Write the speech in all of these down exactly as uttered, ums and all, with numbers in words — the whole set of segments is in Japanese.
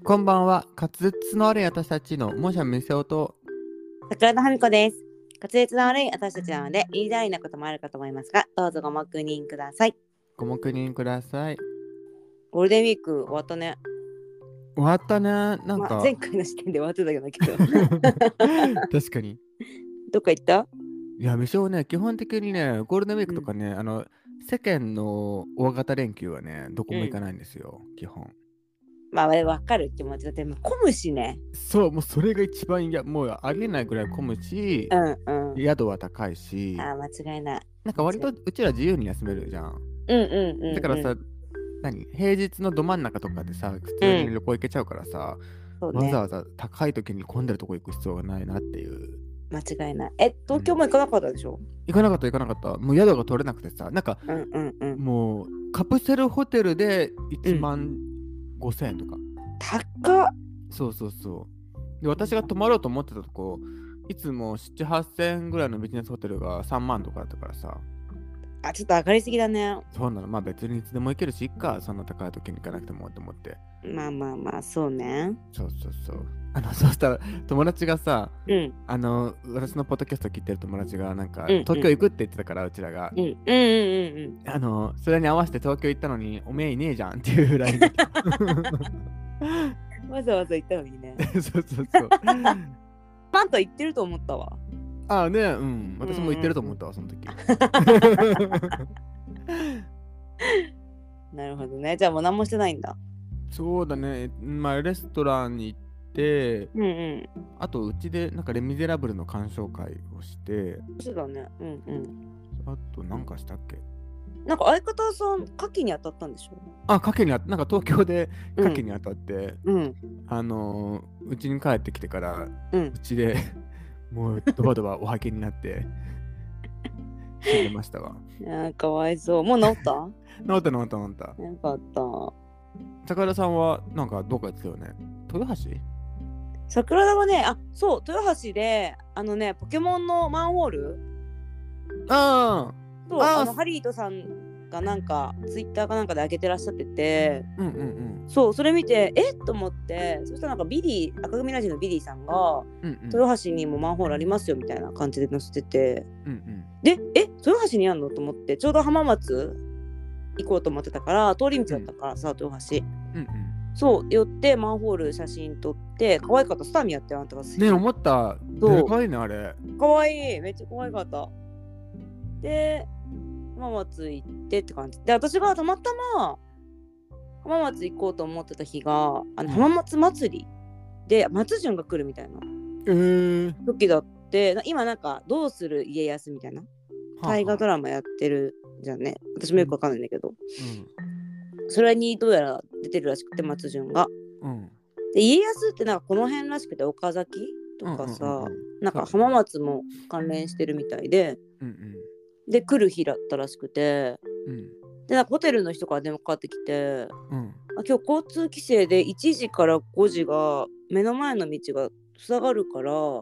こんばんは。滑舌の悪い私たちのもしゃみせおと桜田文子です。滑舌の悪い私たちなので言いたいなこともあるかと思いますが、どうぞご黙認ください。 ご黙認ください。 ゴールデンウィーク終わったね。 終わったね。なんか、 まあ、前回の時点で終わってたけど確かに。 どっか行った？ いや、みせおね、基本的にね、ゴールデンウィークとかね、うん、あの世間の大型連休はね、どこも行かないんですよ、うん、基本。 まあ、わかる気持ちだって、混むしね。 そう、もうそれが一番いや、もうありえないぐらい混むし、 うんうん、 宿は高いし、 あ、間違いない。 なんか割とうちら自由に休めるじゃん。 うんうんうん、うん、 だからさ、何平日のど真ん中とかでさ、普通に旅行行けちゃうからさ、うんね、わざわざ高い時に混んでるとこ行く必要がないなっていう。 間違いない。え、東京も行かなかったでしょ？うん、 行かなかった行かなかった。もう宿が取れなくてさ、なんか、 うんうんうん、 もうカプセルホテルでいちまんごせんえんとか。 高っ。 そうそうそう。で、私が泊まろうと思ってたとこ、いつもなな、はっせんえんぐらいのビジネスホテルがさんまんとかだったからさ。 あ、ちょっと上がりすぎだね。 そうなの。まあ別にいつでも行けるし、いっか、そんな高い時に行かなくてもと思って。 まあまあまあ、そうね。 そうそうそう。あの、そうしたら友達がさ、 うん、 あの、私のポッドキャスト聞いてる友達が、なんか、うんうん、東京行くって言ってたから、うちらが。 うんうんうんうん。 あの、それに合わせて東京行ったのに、おめえいねえじゃんっていうラインが。 わざわざ行ったのにね。 そうそうそう。 パンと言ってると思ったわ。 ああね、うん。私も言ってると思ったわ、その時。 なるほどね。じゃあもう何もしてないんだ。 そうだね。まあ、レストランに行って、 うんうん。 あと、うちで、なんか、レ・ミゼラブルの鑑賞会をして、 そうだね。うんうん。 あと、なんかしたっけ？ なんか相方さん、牡蠣に当たったんでしょ？ あ、牡蠣にあなんか東京で牡蠣に当たって、 うん、 あのうちに帰ってきてから、 うん、 うちでもうドバドバおはけになって死んでましたわ。 あ、かわいそう。もう治った？ 治った治った治った。 よかった。 高田さんはなんかどうかですよね。豊橋？ 桜田はね、あ、そう、豊橋で、あのね、ポケモンのマンホール、 あそう、あのハリートさんがなんかツイッターかなんかで上げてらっしゃってて、 うんうんうん、 そう、それ見てえっと思って、そしたらなんかビリー、赤組ラジオのビリーさんが、うんうん、豊橋にもマンホールありますよみたいな感じで載せてて、うんうん、で、え、豊橋にあんのと思って、ちょうど浜松行こうと思ってたから、通り道だったからさ、うん、豊橋、うんうん、そう、寄ってマンホール写真撮って、可愛かった。スターミやってあんたが好き。 ね、思った。でかいね、あれ。 可愛い、めっちゃ可愛かった。で、浜松行ってって感じで、私がたまたま浜松行こうと思ってた日が、あの浜松祭りで松潤が来るみたいな時だって、今なんかどうする家康みたいな大河ドラマやってるじゃんね。私もよくわかんないんだけど、うん、それにどうやら出てるらしくて、松潤が、うん、で家康ってなんかこの辺らしくて、岡崎とかさ、うんうんうんうん、なんか浜松も関連してるみたいで、うんうん、で来る日だったらしくて、うん、でなんかホテルの人から電話かかってきて、うん、あ、今日交通規制でいちじからごじが目の前の道が塞がるから、うん、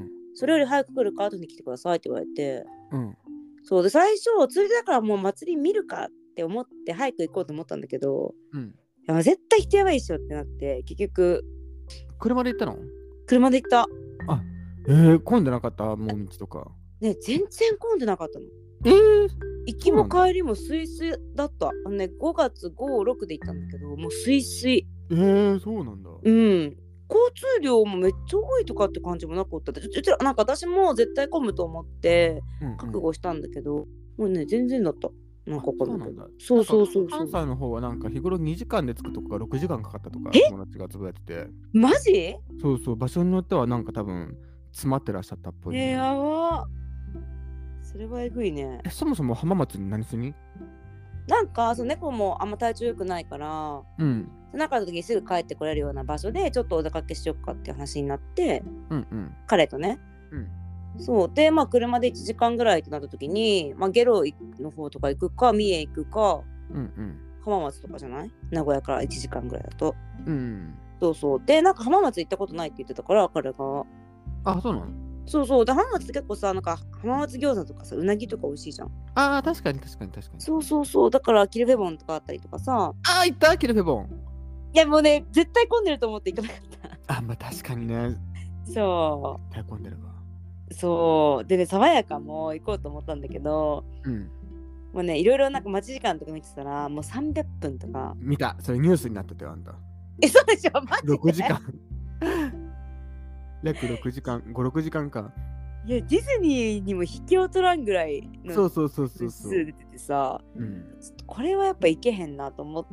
それより早く来るか後に来てくださいって言われて、うん、そうで最初ついでだからもう祭り見るかって思って早く行こうと思ったんだけど、うん、いや絶対人やばいっしょってなって、結局車で行ったの？ 車で行った。 あ、えー、混んでなかった？もう道とかね、全然混んでなかったの。 えー、 行きも帰りもスイスイだった。あのね、ごがつご、ろくで行ったんだけど、もうスイスイ。 えー、そうなんだ。 うん。交通量もめっちゃ多いとかって感じもなかったで、なんか私も絶対混むと思って覚悟したんだけど、うんうん、もうね全然だった。なんかそうなんだ。 そうそうそうそう。 関西の方はなんか日頃にじかんで着くとこがろくじかんかかったとか友達がつぶやいてて。 マジ？ そうそう、場所によってはなんか多分詰まってらっしゃったっぽい、 ね。えー、やば。それはえぐいね。 え、そもそも浜松に何しに？ なんかその猫もあんま体調良くないから、うん、なんかの時にすぐ帰ってこれるような場所でちょっとお出かけしよっかっていう話になって、うんうん、彼とね、うん、そうで、まあ車でいちじかんぐらいってなった時に、まあ、ゲロの方とか行くか三重行くか、うんうん、浜松とかじゃない？名古屋からいちじかんぐらいだと、うん、そうそうで、なんか浜松行ったことないって言ってたから、彼が。 あ、そうなの？ そうそう、で浜松って結構さ、なんか浜松餃子とかさ、うなぎとか美味しいじゃん。 ああ、確かに確かに確かに。 そうそうそう、だからキルフェボンとかあったりとかさ。 ああ、行ったキルフェボン。 いやもうね絶対混んでると思って行かなかっあ、まあ確かにね。 た。そ絶対混んでるわ。 うそうでね、爽やかも行こうと思ったんだけど、 うん。 もうねいろいろなんか待ち時間とか見てたらもうさんびゃっぷんとか。 見た。それニュースになってたよ、あんた。 え、そうでしょ、マジでろくじかん。約ろくじかん、ご、ろくじかんか。 いやディズニーにも引けを取らんぐらいのそうそうそうそう部そう。 数出ててさ、 うん。 ちょっとこれはやっぱいけへんなと思って、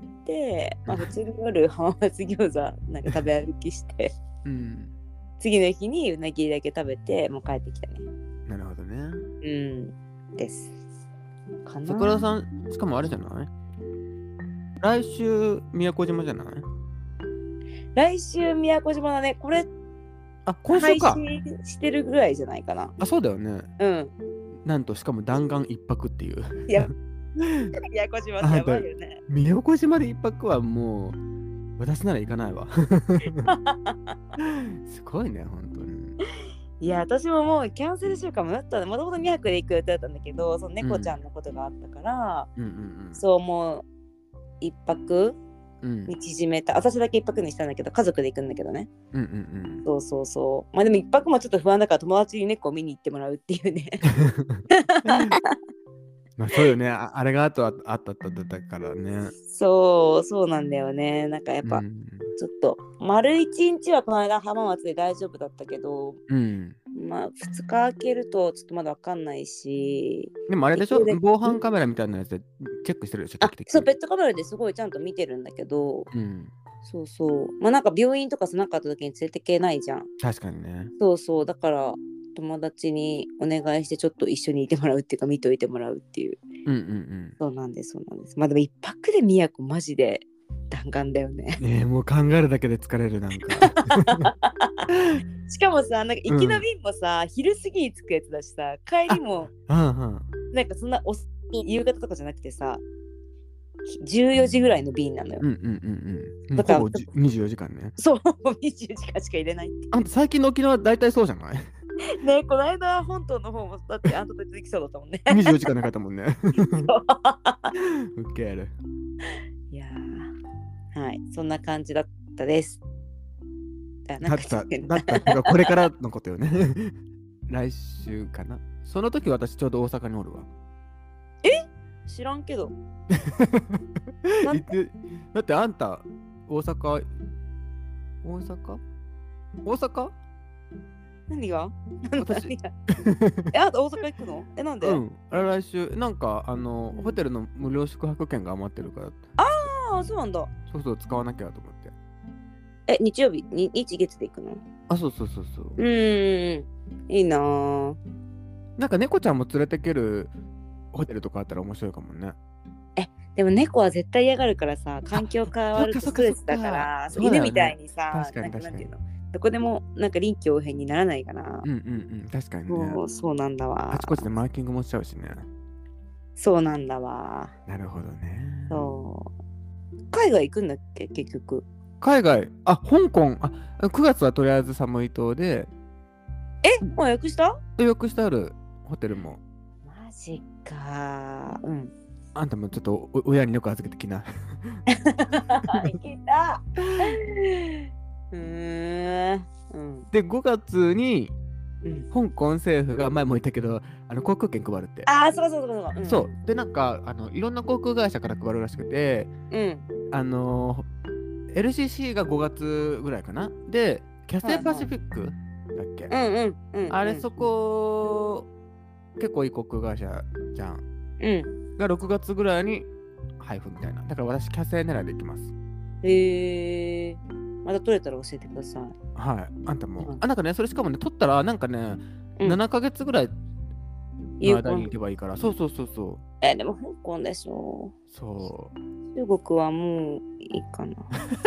まあ、普通に夜浜松餃子なんか食べ歩きしてうん。 次の日にうなぎだけ食べてもう帰ってきたね。 なるほどね。 うんですかな。 桜田さん、しかもあれじゃない？来週、宮古島じゃない？ 来週宮古島だね。これあ、今週配か。 信してるぐらいじゃないかな。 あ、そうだよね。 うん。 なんと、しかも弾丸一泊っていう。 いや宮古島ってやばいよね。 宮古島で一泊はもう、私なら行かないわ。すごいね、本当に。 いや私ももうキャンセルしようか迷ったの。もともとにはくで行く予定だったんだけど、その猫ちゃんのことがあったから、 うんうんうん、 そうもう一泊うんに縮めた。私だけ一泊にしたんだけど、家族で行くんだけどね。 うんうんうん、 そうそうそう。まあでも一泊もちょっと不安だから友達に猫を見に行ってもらうっていうね。 まあそうよね。あ, あれがあとああったっただったからね。 そうそうなんだよね。なんかやっぱ、 うん、 ちょっと丸一日はこの間浜松で大丈夫だったけど、 うん、 まあふつか空けるとちょっとまだわかんないし。 でもあれでしょ、防犯カメラみたいなやつでチェックしてるでしょ。 あ、そう、ペットカメラですごいちゃんと見てるんだけど、 うん、 そうそう。まあなんか病院とかさなかった時に連れてけないじゃん。 確かにね。 そうそう。だから友達にお願いしてちょっと一緒にいてもらうっていうか見といてもらうっていう。 うんうんうん。 そうなんです、そうなんです。まあでも一泊で宮古マジで弾丸だよね。 ねえ、もう考えるだけで疲れるなんか。 しかもさ、なんか行きの便もさ、うん、昼過ぎに着くやつだしさ、帰りもなんかそんな遅い夕方とかじゃなくてさ、じゅうよじぐらいの便なのよ。 うんうんうんうん。だからほぼにじゅうよじかんね。 そう、にじゅうよじかんしか入れないって。 あんた最近の沖縄大体そうじゃない？ ねえ、この間本島の方もだってあんたと続きそうだったもんね。 にじゅうよじかんなかったもんね。ウケる。 いやー、はい、そんな感じだったです。 だった、だったこれからのことよね。来週かな。その時私ちょうど大阪におるわ。 え？知らんけど。 だってあんた大阪大阪大阪何が？ 私え、あんた大阪行くの？え、なんで？ うん、来週なんかあのホテルの無料宿泊券が余ってるから。 ああ、そうなんだ。 そうそう、使わなきゃと思って。 え、日曜日に日月で行くの？ あ、そうそうそうそう。 うーん、いいなぁ。 なんか猫ちゃんも連れてけるホテルとかあったら面白いかもね。 え、でも猫は絶対嫌がるからさ、環境変わるとストレスだから、犬みたいにさ、 確かに確かに。 どこでもなんか臨機応変にならないかな。 うんうんうん、確かにね。 そうそうなんだわ。 あちこちでマーキングもしちゃうしね。 そうなんだわ。 なるほどね。 そう。海外行くんだっけ結局。 海外、あ、香港、あ、くがつはとりあえず寒い島で。 え、もう予約した？ 予約してあるホテルも。 マジか。うん。 あんたもちょっと親によく預けてきな。 行けた。うーん、うん。 で、ごがつに、 うん、 香港政府が前も言ったけど、あの航空券配るって。 ああ、そうそうそうそう。 うん、そう。で、なんかあの、いろんな航空会社から配るらしくて、 うん、 あのー、エルシーシー がごがつぐらいかな。で、キャセイパシフィックだっけ、 うんうんうんうん、 あれ、そこ、結構いい航空会社じゃん。 うん。 がろくがつぐらいに配布みたいな。だから私、キャセイ狙いで行きます。 へえー。また取れたら教えてください。 はい。あんたも。うん、あ、なんかね、それしかもね、取ったら、なんかね、うん、ななかげつぐらいの間に行けばいいから。そうそうそうそう。 え、でも香港でしょ。 そう。 中国はもういいかな。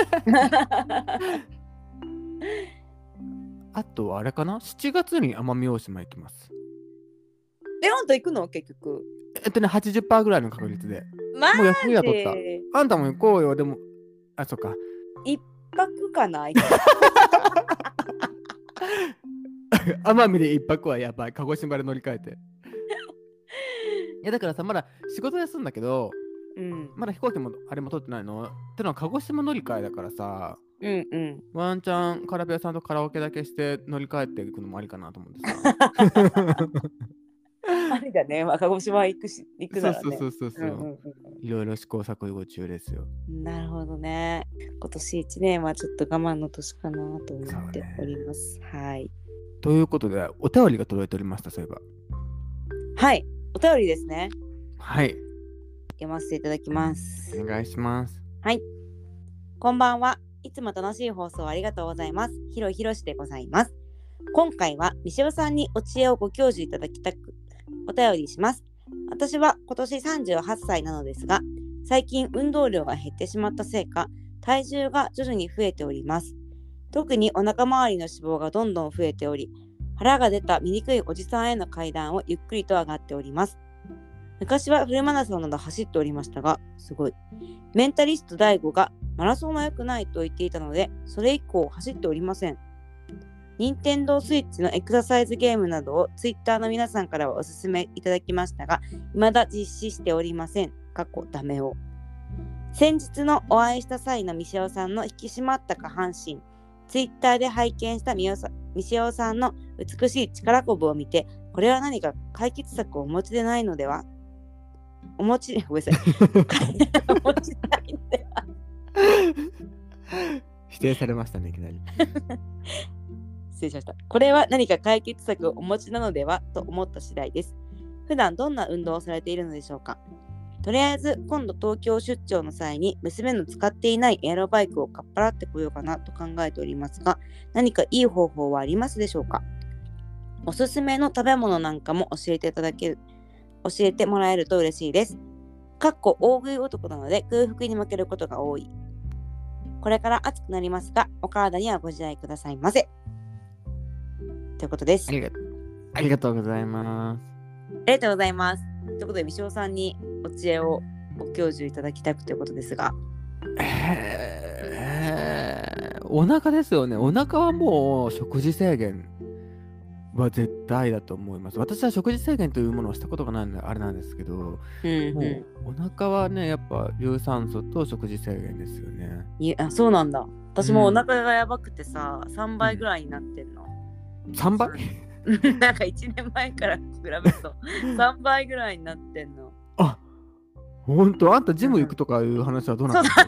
あとはあれかな ?しちがつに奄美大島行きます。 え、あんた行くの結局。 えっとね、はちじゅっパーセント ぐらいの確率で。 マジもう休みは取った。あんたも行こうよ。でも、あ、そっか。 一泊かな奄美で一泊はやばい。鹿児島で乗り換えて。いやだからさ、まだ仕事休んだけど、 うん、 まだ飛行機もあれも取ってないのってのは鹿児島乗り換えだからさ、 うんうん。 ワンチャンカラビアさんとカラオケだけして乗り換えていくのもありかなと思ってさ。 ありだね。まあ、鹿児島行くし、行くならね。 そうそうそうそうそう。いろいろ試行錯誤中ですよ。 なるほどね。今年いちねんはちょっと我慢の年かなと思っております。ね、はい。 ということで、お便りが届いておりました、そういえば。 はい、お便りですね。 はい。 読ませていただきます。 お願いします。 はい。こんばんは。いつも楽しい放送ありがとうございます。ひろひろしでございます。今回はみしおさんにお知恵をご教授いただきたくお便りします。私は今年さんじゅうはっさいなのですが、最近運動量が減ってしまったせいか、体重が徐々に増えております。特にお腹周りの脂肪がどんどん増えており、腹が出た醜いおじさんへの階段をゆっくりと上がっております。昔はフルマラソンなど走っておりましたが、すごい。メンタリスト大悟がマラソンは良くないと言っていたので、それ以降走っておりません。任天堂スイッチのエクササイズゲームなどをツイッターの皆さんからはおすすめいただきましたが、未だ実施しておりません。過去ダメを。先日のお会いした際のみしおさんの引き締まった下半身、ツイッターで拝見したみしおさんの美しい力こぶを見て、これは何か解決策をお持ちでないのではお持ち、ごめんなさい。お持ちないのでは否定されましたね、いきなり。 失礼しました。これは何か解決策をお持ちなのではと思った次第です。普段どんな運動をされているのでしょうか。とりあえず今度東京出張の際に娘の使っていないエアロバイクをかっぱらってこようかなと考えておりますが、何かいい方法はありますでしょうか。おすすめの食べ物なんかも教えていただける教えてもらえると嬉しいです。かっこ大食い男なので空腹に負けることが多い。これから暑くなりますが、お体にはご自愛くださいませ。ということです。 ありがとう、ありがとうございます。 ありがとうございます。ということで、みしおさんにお知恵をご教授いただきたくということですが。 えー、お腹ですよね。お腹はもう食事制限は絶対だと思います。私は食事制限というものをしたことがないのであれなんですけど、 うんうん、 もうお腹はね、やっぱ有酸素と食事制限ですよね。 いや、あ、そうなんだ。私もお腹がやばくてさ、うん、さんばいぐらいになってんの。 うん、さんばいなんかいちねんまえから比べるとさんばいぐらいになってんの。 あ、ほんと、あんたジム行くとかいう話はどうなんですか。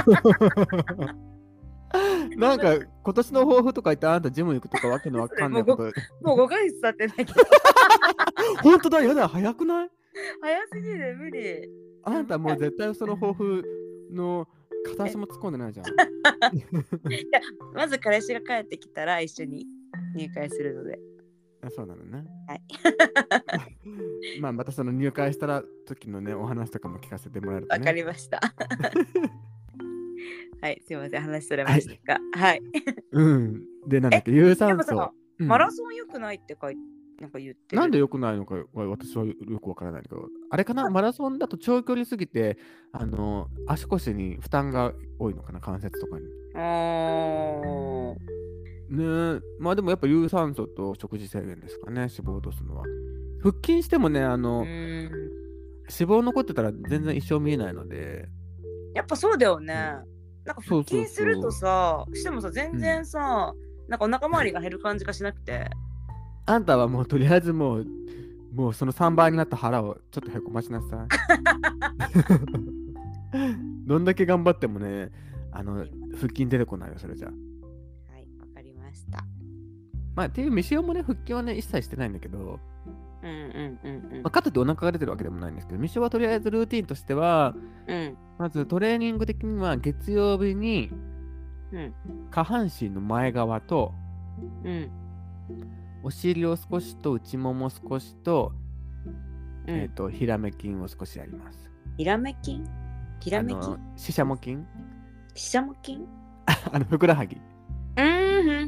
なんか今年の抱負とか言ってあんたジム行くとかわけのわかんないこと。 もうごかげつ経ってないけど。 ほんとだ、やだ、早くない？ 早すぎる、無理。 あんたもう絶対その抱負の片足も突っ込んでないじゃん。いや、まず彼氏が帰ってきたら一緒に入会するので。 あ、そうなのね。 はい。 まあまたその入会したら時のねお話とかも聞かせてもらえるとね。 わかりました。はい、すいません、話それましたが。はい。 うん。で、なんだっけ、有酸素。 マラソン良くないって書いて、なんか言ってる。 なんで良くないのか私はよくわからないけど、あれかな、マラソンだと長距離すぎて、あの、足腰に負担が多いのかな、関節とかに。 あー。 ねえ、まあでもやっぱ有酸素と食事制限ですかね、脂肪を落とすのは。腹筋してもね、あの、脂肪残ってたら全然一生見えないので。 やっぱそうだよね。なんか腹筋するとさ、してもさ、全然さ、うん、なんかお腹周りが減る感じがしなくて。 あんたはもうとりあえずもう、もうそのさんばいになった腹をちょっとへこましなさい。どんだけ頑張ってもね、あの、腹筋出てこないよ、それじゃ。 はい、わかりました。 まあ、っていう、みしおもね、腹筋はね、一切してないんだけど、 うんうんうんうん。 まあ、かといってお腹が出てるわけでもないんですけど、みしおはとりあえずルーティンとしては、 うん、 まずトレーニング的には月曜日に、 うん、 下半身の前側と、 うん、 お尻を少しと内もも少しと、 うん、 えっ、ー、と、ひらめ筋を少しやります。 ひらめ筋？ひらめ筋？ ししゃも筋？ ししゃも筋？ あの、ふくらはぎ。 うん、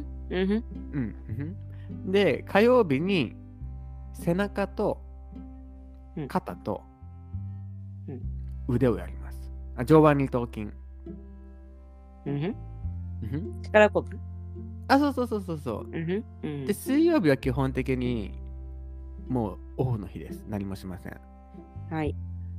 うん、うん、 うん。で、火曜日に背中と肩と腕をやります。あ、上腕二頭筋。 うん、 うん。 力こぶ？ あ、そうそうそうそうそう。 うんうん、 で、水曜日は基本的にもうオフの日です。何もしません。 はい。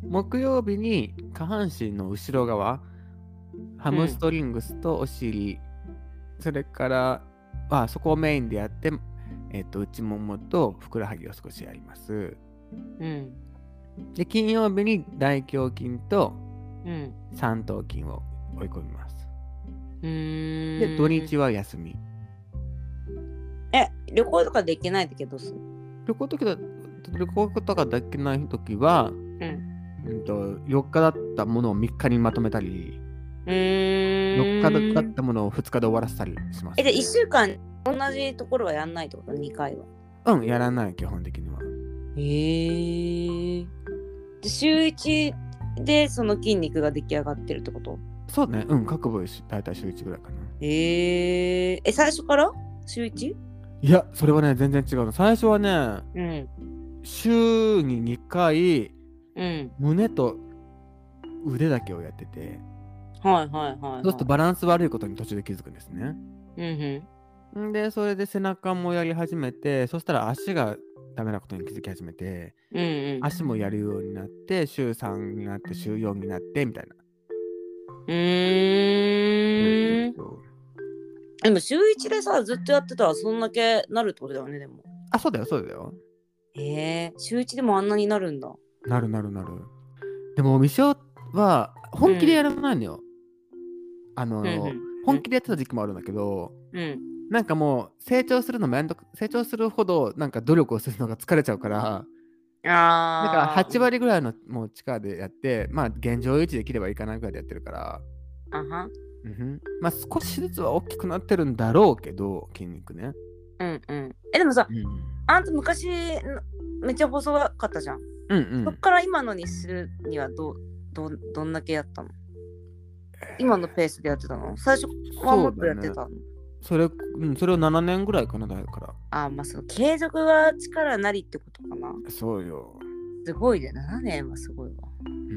木曜日に下半身の後ろ側、ハムストリングスとお尻、うん、それからあそこをメインでやって、えっと、内ももとふくらはぎを少しやります。 うん、 で金曜日に大胸筋とうん三頭筋を追い込みます。 うーんで土日は休み。 え、旅行とかできない時どうする？ 旅行とか旅行とかできない時は、 うんうんと、よっかだったものをみっかにまとめたり、 うーんよっかだったものをふつかで終わらせたりします、ね。 え、じゃあいっしゅうかん同じところはやんないってこと？にかいは。 うん、やらない、基本的には。 へえ。で週いちでその筋肉が出来上がってるってこと？ そうね、うん、各部大体週いちぐらいかな。 へえ。え、最初から週 いち？ いや、それはね、全然違うの。最初はね、 うん。 週ににかい、 うん。 胸と腕だけをやってて、 はいはいはい、はい。 そうするとバランス悪いことに途中で気づくんですね。 うんうん。で、それで背中もやり始めて、そしたら足がダメなことに気づき始めて、 うん。うんうん。 足もやるようになって、週さんになって、週よんになって、みたいな。 うーん。 そうそうそう。 でも週いちでさ、ずっとやってたらそんだけなるってことだよね、でも。 あ、そうだよ、そうだよ。 へえ、週いちでもあんなになるんだ。 なるなるなる。でも、ミショは本気でやらないのよ。うん、あの、うんうん、本気でやってた時期もあるんだけど、うん、なんかもう成長するのめんどく、成長するほどなんか努力をするのが疲れちゃうから、あだからはち割ぐらいのもう力でやって、まあ現状維持できればいいかなぐらいでやってるから、あは、うん、まあ少しずつは大きくなってるんだろうけど、筋肉ね。 うんうん。え、でもさ、うん、あんた昔めっちゃ細かったじゃん。うんうん。そっから今のにするにはどどどんだけやったの？今のペースでやってたの？最初はもっとやってたの？ それ、うん、それをななねんぐらいかな、だから。 あ、まあその継続は力なりってことかな。 そうよ。 すごいね、ななねんはすごいわ。うん。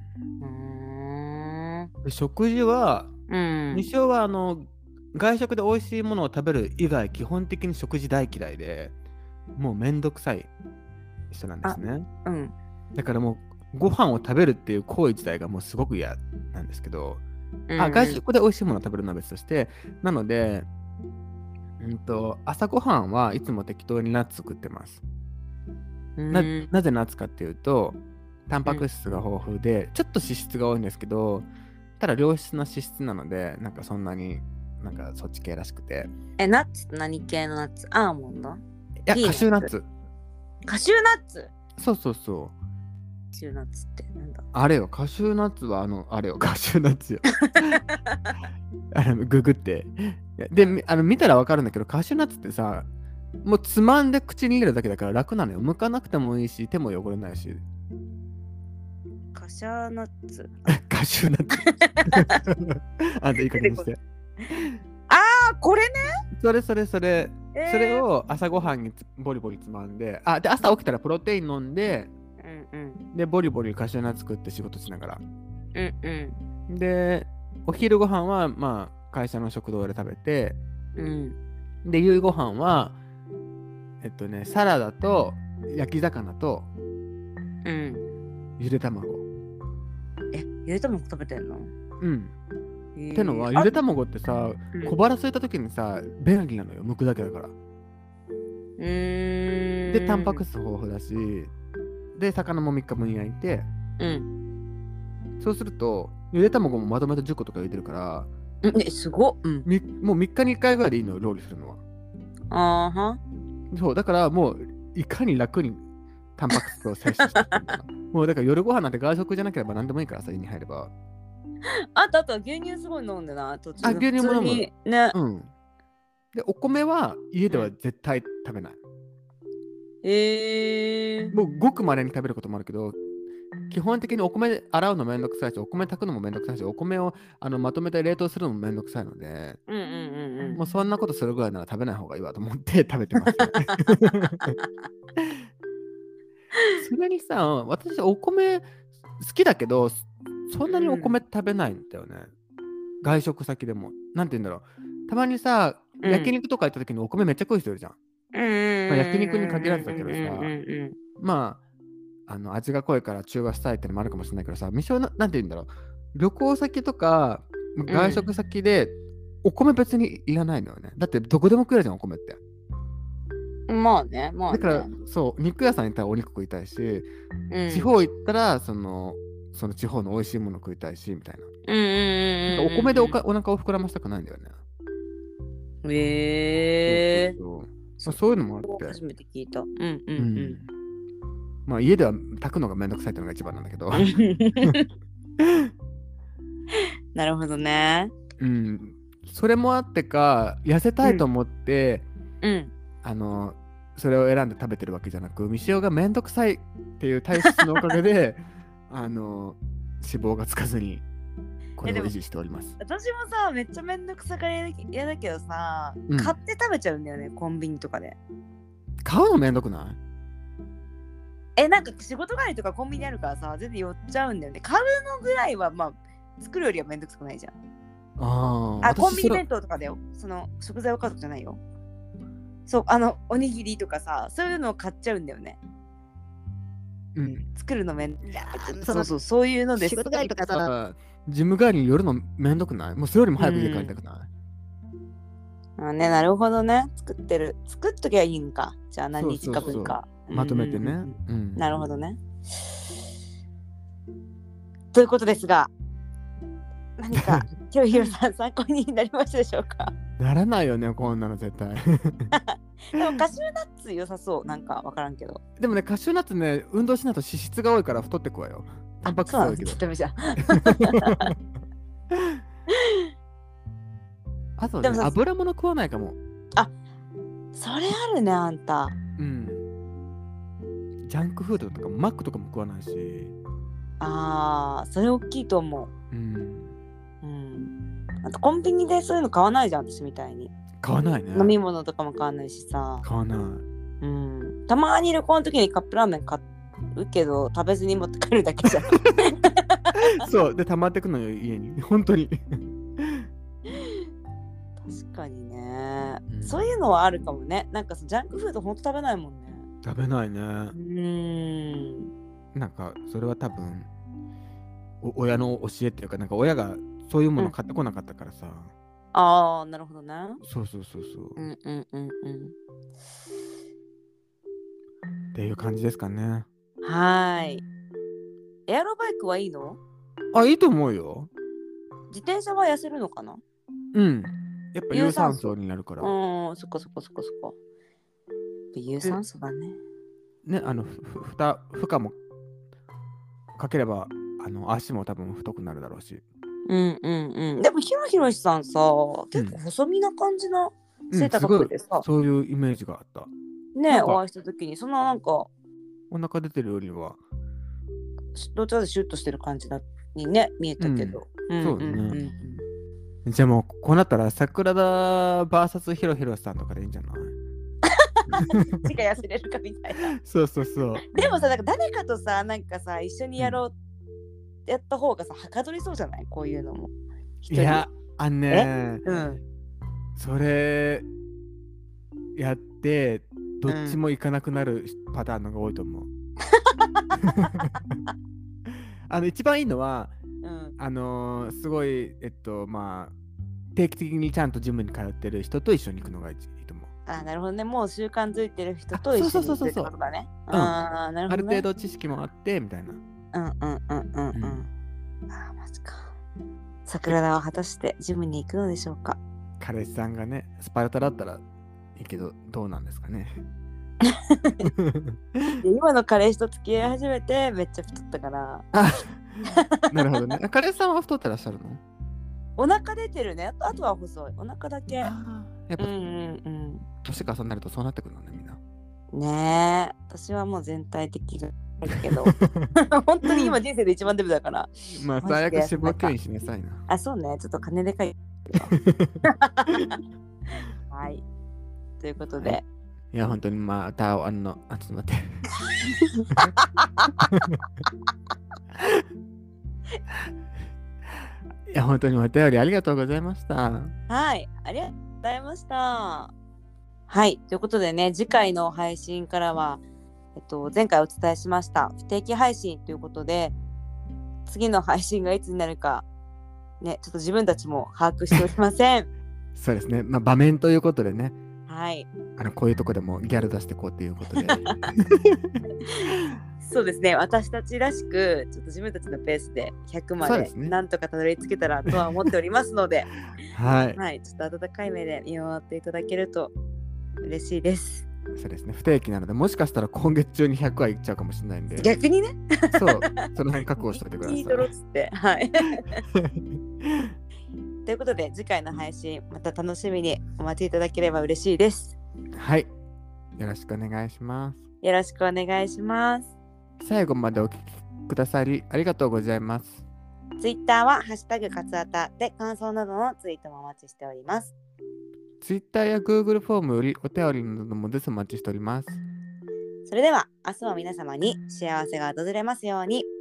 うん。食事は、うん、西尾はあの外食で美味しいものを食べる以外、基本的に食事大嫌いで、もうめんどくさい人なんですね。うん。だからもうご飯を食べるっていう行為自体がもうすごく嫌なんですけど、うん、あ外食で美味しいものを食べるのは別として、なので、うんと、朝ごはんはいつも適当にナッツ食ってます。な, なぜナッツかっていうと、タンパク質が豊富で、うん、ちょっと脂質が多いんですけど、ただ良質な脂質なので、なんかそんなになんかそっち系らしくて。 え、ナッツって何系のナッツ？アーモンド？いや、カシューナッツ。 カシューナッツ？ そうそうそう。 カシューナッツってなんだ？ あれよ、カシューナッツはあの、あれよ、カシューナッツよ。あれ、ググって。で、あの見たらわかるんだけど、カシューナッツってさ、もうつまんで口に入れるだけだから楽なのよ。剥かなくてもいいし、手も汚れないし。 カシャーナッツ。 カシューナッツ。あんたいい加減にして。 ああ、これね。 それそれそれ、えー、それを朝ごはんにボリボリつまんで、あ、で、朝起きたらプロテイン飲んで、うんうん、で、ボリボリカシューナッツ作って仕事しながら。うんうん、で、お昼ご飯は、まあ、会社の食堂で食べて、うん、で、夕ご飯は、えっとね、サラダと焼き魚と、うん、ゆで卵。 え、ゆで卵食べてんの？ うん。ってのは、ゆで卵ってさ、小腹空いた時にさ、便利なのよ、剥くだけだから。うーん。で、タンパク質豊富だし、で、魚もみっかぶん焼いて、うん。そうすると、ゆで卵もまとめてじゅっことか入れてるから、 え、すごっ、うん、 みもうみっかにいっかいぐらいでいいのよ、料理するのは。あーは。そう、だからもう、いかに楽にタンパク質を摂取していくのか。もうだから夜ご飯なんて外食じゃなければ何でもいいからさ、家に入れば。 あとあと牛乳すごい飲んでな、途中。 あ、牛乳も飲む。ね。うん。で、お米は家では絶対食べない。うん、えー。もうごくまれに食べることもあるけど、基本的にお米洗うのめんどくさいし、お米炊くのもめんどくさいし、お米をあのまとめて冷凍するのもめんどくさいので、うんうんうんうん、もうそんなことするぐらいなら食べない方がいいわと思って食べてます、ね。それにさ、私お米好きだけど、そんなにお米食べないんだよね。うん、外食先でも。なんて言うんだろう。たまにさ、うん、焼肉とか行った時にお米めっちゃ食う人いるじゃん。うんまあ、焼肉に限らずだけどさ、うんまあ、 あの味が濃いから中和したいってのもあるかもしれないけどさ、未生な、なんて言うんだろう、旅行先とか外食先でお米別にいらないのよね。だってどこでも食えるじゃん、お米って。 まあね、まあね。 だからそう、肉屋さん行ったらお肉食いたいし、 うん、 地方行ったらそのその地方の美味しいもの食いたいしみたいな。 うんうんうん、 お米でおかお腹を膨らましたくないんだよね。 へえー。 そうそうそう、そういうのもあって。 初めて聞いた。うんうんうん。うん、 まあ家では炊くのがめんどくさいっていうのが一番なんだけど。 なるほどね。 うん。それもあってか、痩せたいと思って、 うん、うん、 あのそれを選んで食べてるわけじゃなく、みしおがめんどくさいっていう体質のおかげであの脂肪がつかずにこれを維持しております。 私もさ、めっちゃめんどくさがり屋だけどさ、うん、買って食べちゃうんだよね、コンビニとかで。 買うのめんどくない？ え、なんか仕事帰りとかコンビニあるからさ、全然寄っちゃうんだよね。買うのぐらいはまあ作るよりはめんどくさくないじゃん。 ああ、コンビニ弁当とかだよ。その食材を買うとかじゃないよ。そう、あのおにぎりとかさ、そういうのを買っちゃうんだよね。うん、作るのめんどくさい。そうそう、そういうので仕事帰りとかさ、ジム帰りに寄るのめんどくない？もうそれよりも早く家帰りたくない？ うん、あね、なるほどね。作ってる。作っときゃいいんか。じゃあ何日か分か。 まとめてね、 うん、なるほどね。ということですが、何か今日ひろさん参考になりましたでしょうか？ ならないよね、こんなの絶対。 でもカシューナッツ良さそう、なんか分からんけど。 でもね、カシューナッツね、運動しないと脂質が多いから太ってくわよ。タンパク質多いけど。 ダメじゃん。 あとね、油物食わないかも。 あ、それあるね、あんた。 うん。ジャンクフードとかマックとかも食わないし。 ああ、それ大きいと思う。 うん。 うん。あとコンビニでそういうの買わないじゃん、私みたいに。 買わないね。 飲み物とかも買わないしさ。 買わない。 うん。たまに旅行の時にカップラーメン買うけど、食べずに持って帰るだけじゃん。 そう、で、溜まってくのよ、家に。本当に。 確かにね、うん。そういうのはあるかもね。なんかジャンクフードほんと食べないもんね。 食べないね。 うーん。 なんか、それは多分、お親の教えっていうか、なんか親がそういうもの買ってこなかったからさ。うん、 ああ、なるほどね。 そうそうそうそう。 うんうんうんうん。 っていう感じですかね。 はい。エアロバイクはいいの？ あ、いいと思うよ。 自転車は痩せるのかな？ うん。やっぱ有酸素になるから。 うん、そっかそっかそっかそっか。有酸素だね。 ね、あの、ふ、ふた、負荷もかければ、あの、足も多分太くなるだろうし。 うんうんうん。でも、ひろひろしさんさ、結構細身な感じな背高くてさ、 うん、そういうイメージがあった。 ねえ、お会いした時に、そんななんか、 お腹出てるよりは、 どっちかでシュッとしてる感じだにね、見えたけど。 うん、そうね。じゃあもう、こうなったら、桜田 ブイエス ひろひろさんとかでいいんじゃない？ どっちが痩せれるかみたいな。 そうそうそう。 でもさ、なんか誰かとさ、なんかさ、一緒にやろう、うん、やった方がさ、はかどりそうじゃない？こういうのも。 いや、あんね、 うん、 それやって、どっちも行かなくなるパターンのが多いと思う。うん、あの一番いいのは、うん、あのー、すごい、えっと、まあ、定期的にちゃんとジムに通ってる人と一緒に行くのがいいと思う。 あ、なるほどね。もう習慣づいてる人と一緒に行くってことだね。あ、なるほどね。 ある程度知識もあってみたいな。 うんうんうんうんうん。うん、あ、マジか。桜田は果たしてジムに行くのでしょうか。 彼氏さんがね、スパルタだったらいいけど、どうなんですかね。 今の彼氏と付き合い始めてめっちゃ太ったから。 なるほどね。彼氏さんは太ってらっしゃるの？ お腹出てるね。あとは細い。お腹だけ。 やっぱ、 うんうんうん、 年重ねるとそうなってくるのね、みんな。 ねえ、私はもう全体的だけど、本当に今人生で一番デブだから。 まあ、最悪脂肪吸引しなさいな。 あ、そうね。ちょっと金でかい。はい。ということで。はい、 いや、本当にまた、あの、あ、ちょっと待って。いや、本当にお便りありがとうございました。 はい、ありがとうございました。はい、ということでね、次回の配信からは、 えっと、前回お伝えしました不定期配信ということで、次の配信がいつになるかね、ちょっと自分たちも把握しておりません。 そうですね。まあ場面ということでね。 はい。 あのこういうとこでもギャル出していこうということで。 そうですね。私たちらしくちょっと自分たちのペースでひゃくまでなんとかたどり着けたらとは思っておりますので、 はい、 はい、ちょっと温かい目で見守っていただけると嬉しいです。 そうですね。不定期なので、もしかしたら今月中にひゃくはいっちゃうかもしれないんで。 逆にね。 そう、その辺覚悟しておいてください。 いいドロっつって、はい。ということで次回の配信また楽しみにお待ちいただければ嬉しいです。 はい。よろしくお願いします。 よろしくお願いします。 最後までお聞きくださりありがとうございます。 ツイッターはハッシュタグカツアタで感想などのツイートもお待ちしております。 ツイッターや Google フォームよりお便りなどもですお待ちしております。 それでは明日は皆様に幸せが訪れますように。